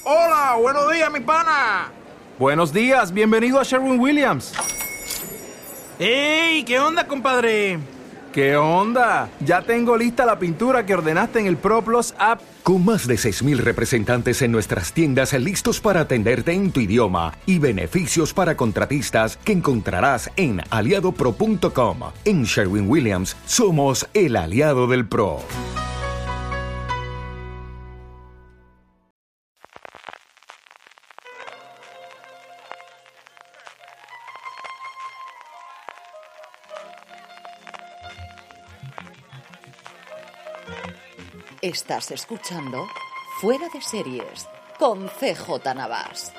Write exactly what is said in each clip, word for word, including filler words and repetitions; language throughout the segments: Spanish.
Hola, buenos días, mi pana. Buenos días, bienvenido a Sherwin-Williams. ¡Ey! ¿Qué onda, compadre? ¿Qué onda? Ya tengo lista la pintura que ordenaste en el ProPlus app. Con más de seis mil representantes en nuestras tiendas listos para atenderte en tu idioma y beneficios para contratistas que encontrarás en aliado pro punto com. En Sherwin-Williams somos el aliado del pro. Estás escuchando Fuera de Series con C J Navas.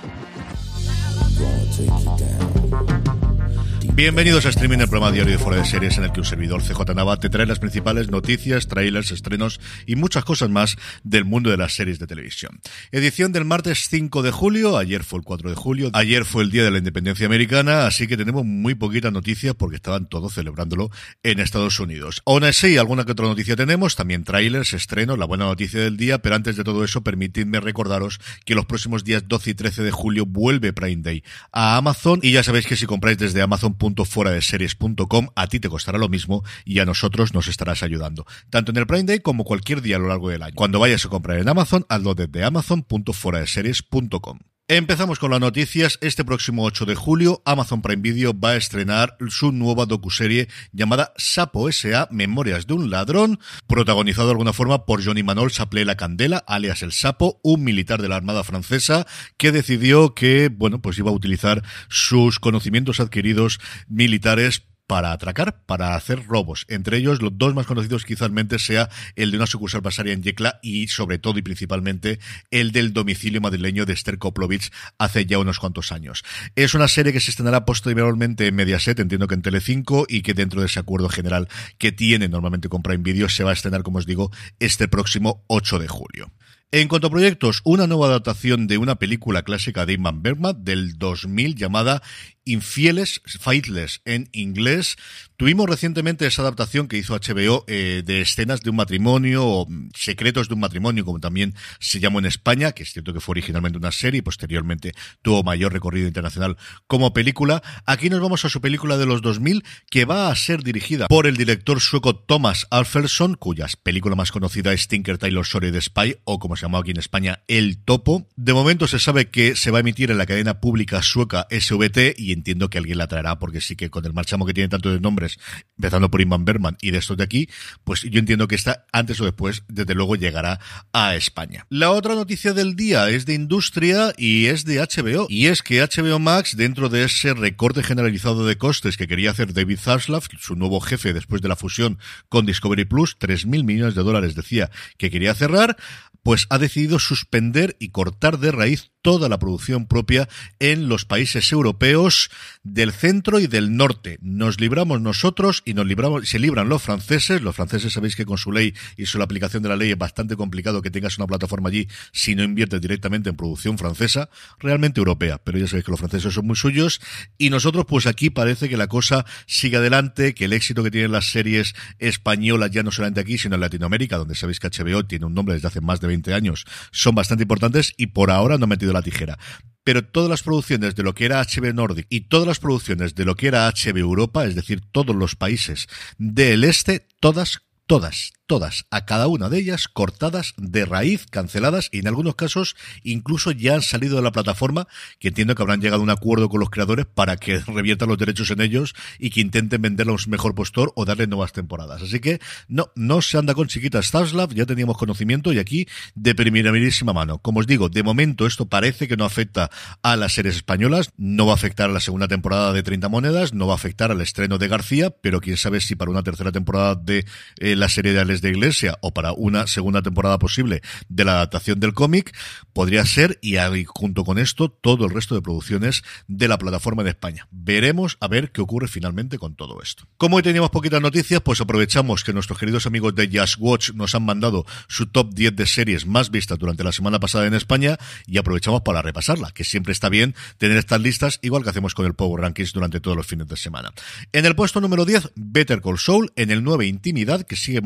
Bienvenidos a Streaming, el programa diario de Fuera de Series en el que un servidor, C J Nava, te trae las principales noticias, trailers, estrenos y muchas cosas más del mundo de las series de televisión. Edición del martes cinco de julio, ayer fue el cuatro de julio, ayer fue el Día de la Independencia Americana, así que tenemos muy poquitas noticias porque estaban todos celebrándolo en Estados Unidos. Aún así, alguna que otra noticia tenemos, también trailers, estrenos, la buena noticia del día, pero antes de todo eso, permitidme recordaros que los próximos días doce y trece de julio vuelve Prime Day a Amazon, y ya sabéis que si compráis desde Amazon punto fuera de series punto com, a ti te costará lo mismo y a nosotros nos estarás ayudando, tanto en el Prime Day como cualquier día a lo largo del año. Cuando vayas a comprar en Amazon, hazlo desde Amazon punto fuera de series punto com. Empezamos con las noticias. Este próximo ocho de julio, Amazon Prime Video va a estrenar su nueva docuserie llamada Sapo S A Memorias de un ladrón, protagonizado de alguna forma por Johnny Manol Saplé La Candela, alias El Sapo, un militar de la Armada Francesa que decidió que, bueno, pues iba a utilizar sus conocimientos adquiridos militares para atracar, para hacer robos. Entre ellos, los dos más conocidos quizás sea el de una sucursal bancaria en Yecla y, sobre todo y principalmente, el del domicilio madrileño de Esther Koplovich hace ya unos cuantos años. Es una serie que se estrenará posteriormente en Mediaset, entiendo que en Telecinco, y que dentro de ese acuerdo general que tiene normalmente con Prime Video se va a estrenar, como os digo, este próximo ocho de julio. En cuanto a proyectos, una nueva adaptación de una película clásica de Ingmar Bergman del dos mil llamada Infieles, Faithless en inglés. Tuvimos recientemente esa adaptación que hizo H B O eh, de escenas de un matrimonio, o secretos de un matrimonio, como también se llamó en España, que es cierto que fue originalmente una serie y posteriormente tuvo mayor recorrido internacional como película. Aquí nos vamos a su película de los dos mil, que va a ser dirigida por el director sueco Thomas Alfredson, cuya película más conocida es Tinker Tailor Soldier the Spy, o como se llamó aquí en España, El Topo. De momento se sabe que se va a emitir en la cadena pública sueca S V T, y entiendo que alguien la traerá, porque sí que con el marchamo que tiene tanto de nombres, empezando por Ingmar Bergman y de estos de aquí, pues yo entiendo que esta, antes o después, desde luego llegará a España. La otra noticia del día es de industria y es de H B O, y es que H B O Max, dentro de ese recorte generalizado de costes que quería hacer David Zaslav, su nuevo jefe después de la fusión con Discovery Plus, tres mil millones de dólares decía que quería cerrar, pues ha decidido suspender y cortar de raíz toda la producción propia en los países europeos del centro y del norte. Nos libramos nosotros y nos libramos, se libran los franceses. Los franceses sabéis que con su ley y su aplicación de la ley es bastante complicado que tengas una plataforma allí si no inviertes directamente en producción francesa, realmente europea, pero ya sabéis que los franceses son muy suyos, y nosotros pues aquí parece que la cosa sigue adelante, que el éxito que tienen las series españolas, ya no solamente aquí sino en Latinoamérica, donde sabéis que H B O tiene un nombre desde hace más de veinte años, son bastante importantes, y por ahora no han metido la tijera. Pero todas las producciones de lo que era H B O Nordic y todas las producciones de lo que era H B O Europa, es decir, todos los países del este, todas, todas, todas, a cada una de ellas, cortadas de raíz, canceladas, y en algunos casos incluso ya han salido de la plataforma, que entiendo que habrán llegado a un acuerdo con los creadores para que reviertan los derechos en ellos y que intenten venderlos mejor postor o darle nuevas temporadas. Así que no, no se anda con chiquitas Zaslav, ya teníamos conocimiento, y aquí de primerísima mano. Como os digo, de momento esto parece que no afecta a las series españolas, no va a afectar a la segunda temporada de treinta monedas, no va a afectar al estreno de García, pero quién sabe si para una tercera temporada de eh, la serie de Alex de Iglesia o para una segunda temporada posible de la adaptación del cómic, podría ser, y junto con esto todo el resto de producciones de la plataforma en España. Veremos a ver qué ocurre finalmente con todo esto. Como hoy teníamos poquitas noticias, pues aprovechamos que nuestros queridos amigos de Just Watch nos han mandado su top diez de series más vistas durante la semana pasada en España, y aprovechamos para repasarla, que siempre está bien tener estas listas, igual que hacemos con el Power Rankings durante todos los fines de semana. En el puesto número diez, Better Call Saul. En el nueve, Intimidad, que sigue manteniendo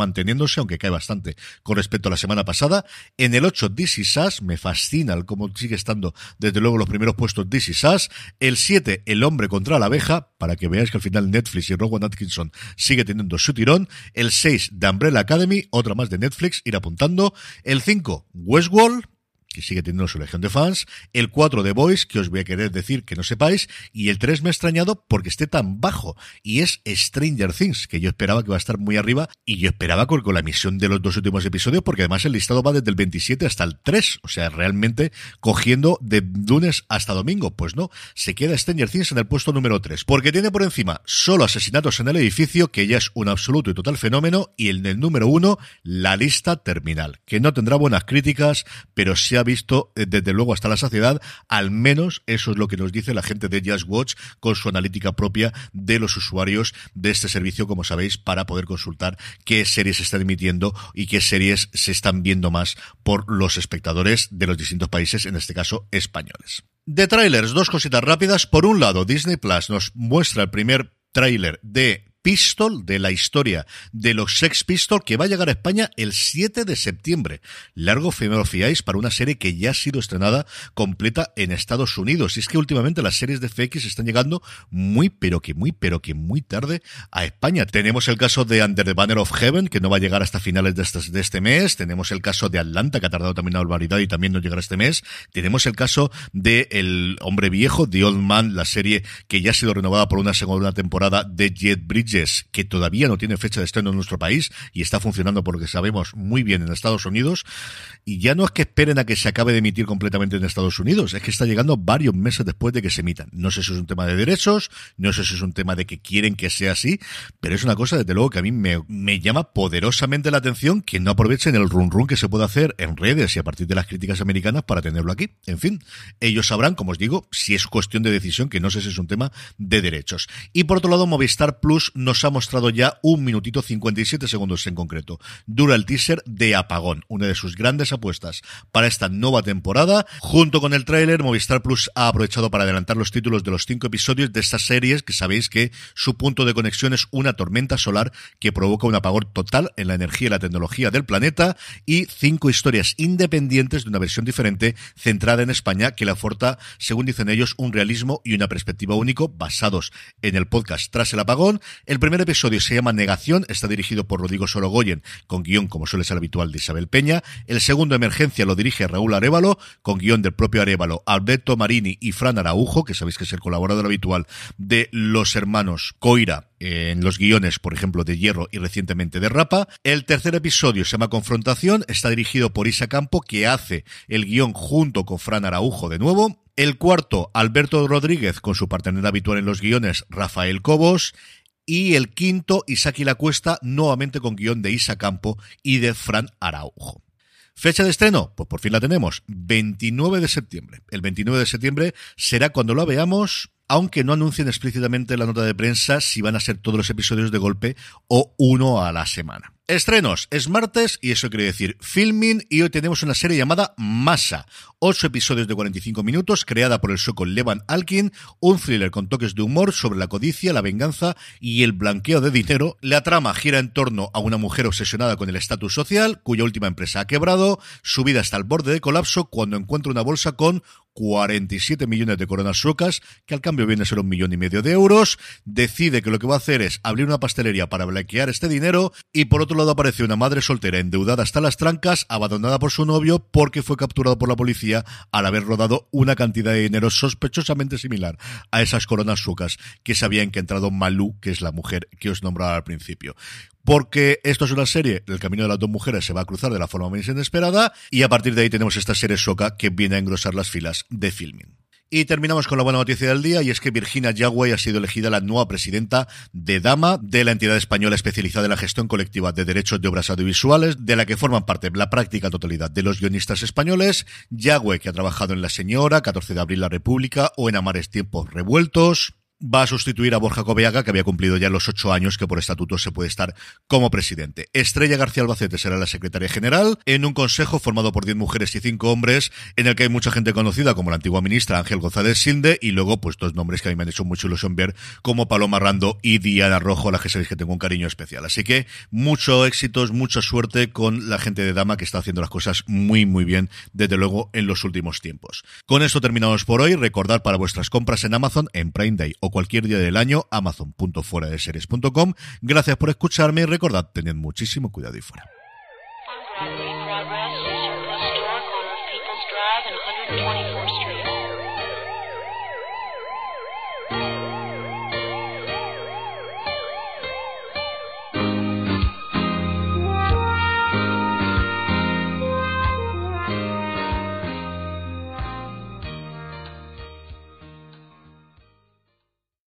recuperándose, aunque cae bastante con respecto a la semana pasada. En el ocho, This Is Us, me fascina el cómo sigue estando desde luego los primeros puestos This Is Us. El siete, El hombre contra la abeja, para que veáis que al final Netflix y Rowan Atkinson sigue teniendo su tirón. El seis, The Umbrella Academy, otra más de Netflix, ir apuntando. El cinco, Westworld, que sigue teniendo su legión de fans. El cuatro, The Boys, que os voy a querer decir que no sepáis. Y el tres me ha extrañado porque esté tan bajo, y es Stranger Things, que yo esperaba que iba a estar muy arriba, y yo esperaba con, con la emisión de los dos últimos episodios, porque además el listado va desde el veintisiete hasta el tres, o sea, realmente cogiendo de lunes hasta domingo. Pues no, se queda Stranger Things en el puesto número tres, porque tiene por encima solo Asesinatos en el Edificio, que ya es un absoluto y total fenómeno, y en el número uno, La Lista Terminal, que no tendrá buenas críticas, pero se ha visto desde luego hasta la saciedad. Al menos eso es lo que nos dice la gente de Just Watch con su analítica propia de los usuarios de este servicio, como sabéis, para poder consultar qué series se están emitiendo y qué series se están viendo más por los espectadores de los distintos países, en este caso españoles. De trailers, dos cositas rápidas. Por un lado, Disney Plus nos muestra el primer tráiler de Pistol, de la historia de los Sex Pistols, que va a llegar a España el siete de septiembre. Largo me lo fiáis para una serie que ya ha sido estrenada completa en Estados Unidos. Y es que últimamente las series de F X están llegando muy, pero que muy, pero que muy tarde a España. Tenemos el caso de Under the Banner of Heaven, que no va a llegar hasta finales de este, de este mes. Tenemos el caso de Atlanta, que ha tardado también una barbaridad y también no llegará este mes. Tenemos el caso de El Hombre Viejo, The Old Man, la serie que ya ha sido renovada por una segunda temporada de Jet Bridges, que todavía no tiene fecha de estreno en nuestro país y está funcionando, por lo que sabemos, muy bien en Estados Unidos. Y ya no es que esperen a que se acabe de emitir completamente en Estados Unidos, es que está llegando varios meses después de que se emitan. No sé si es un tema de derechos, no sé si es un tema de que quieren que sea así, pero es una cosa, desde luego, que a mí me, me llama poderosamente la atención, que no aprovechen el run run que se puede hacer en redes y a partir de las críticas americanas para tenerlo aquí. En fin, ellos sabrán, como os digo, si es cuestión de decisión, que no sé si es un tema de derechos. Y por otro lado, Movistar Plus nos ha mostrado ya un minutito cincuenta y siete segundos en concreto. Dura el teaser de Apagón, una de sus grandes apuestas para esta nueva temporada. Junto con el tráiler, Movistar Plus ha aprovechado para adelantar los títulos de los cinco episodios de estas series, que sabéis que su punto de conexión es una tormenta solar que provoca un apagón total en la energía y la tecnología del planeta, y cinco historias independientes de una versión diferente centrada en España, que le aporta, según dicen ellos, un realismo y una perspectiva único basados en el podcast Tras el Apagón. El primer episodio se llama Negación, está dirigido por Rodrigo Sorogoyen, con guión, como suele ser habitual, de Isabel Peña. El segundo, Emergencia, lo dirige Raúl Arévalo, con guión del propio Arévalo, Alberto Marini y Fran Araujo, que sabéis que es el colaborador habitual de los hermanos Coira en los guiones, por ejemplo, de Hierro y recientemente de Rapa. El tercer episodio se llama Confrontación, está dirigido por Isa Campo, que hace el guión junto con Fran Araujo de nuevo. El cuarto, Alberto Rodríguez, con su partener habitual en los guiones, Rafael Cobos. Y el quinto, Isaki Lacuesta, nuevamente con guión de Isa Campo y de Fran Araujo. ¿Fecha de estreno? Pues por fin la tenemos, veintinueve de septiembre. El veintinueve de septiembre será cuando la veamos, aunque no anuncien explícitamente en la nota de prensa si van a ser todos los episodios de golpe o uno a la semana. Estrenos, es martes y eso quiere decir filming, y hoy tenemos una serie llamada Masa, ocho episodios de cuarenta y cinco minutos, creada por el sueco Levan Alkin, un thriller con toques de humor sobre la codicia, la venganza y el blanqueo de dinero. La trama gira en torno a una mujer obsesionada con el estatus social, cuya última empresa ha quebrado, su vida está al borde de colapso cuando encuentra una bolsa con cuarenta y siete millones de coronas suecas, que al cambio viene a ser un millón y medio de euros. Decide que lo que va a hacer es abrir una pastelería para blanquear este dinero, y por otro lado aparece una madre soltera endeudada hasta las trancas, abandonada por su novio porque fue capturado por la policía al haber rodado una cantidad de dinero sospechosamente similar a esas coronas suecas que se había encontrado Malú, que es la mujer que os nombraba al principio. Porque esto es una serie, el camino de las dos mujeres se va a cruzar de la forma más inesperada, y a partir de ahí tenemos esta serie sueca que viene a engrosar las filas de filming. Y terminamos con la buena noticia del día, y es que Virginia Yagüe ha sido elegida la nueva presidenta de DAMA, de la entidad española especializada en la gestión colectiva de derechos de obras audiovisuales, de la que forman parte la práctica totalidad de los guionistas españoles. Yagüe, que ha trabajado en La Señora, catorce de abril La República o en Amares Tiempos Revueltos. va a sustituir a Borja Coveaga, que había cumplido ya los ocho años que por estatuto se puede estar como presidente. Estrella García Albacete será la secretaria general, en un consejo formado por diez mujeres y cinco hombres, en el que hay mucha gente conocida, como la antigua ministra Ángel González Silde, y luego pues dos nombres que a mí me han hecho mucha ilusión ver, como Paloma Rando y Diana Rojo, a las que sabéis que tengo un cariño especial. Así que muchos éxitos, mucha suerte con la gente de Dama, que está haciendo las cosas muy muy bien, desde luego, en los últimos tiempos. Con esto terminamos por hoy. Recordad, para vuestras compras en Amazon, en Prime Day o cualquier día del año, amazon punto fuera de series punto com. Gracias por escucharme y recordad, tened muchísimo cuidado y fuera. Progress, Eastern West Store corner, People's Drive and one twenty-fourth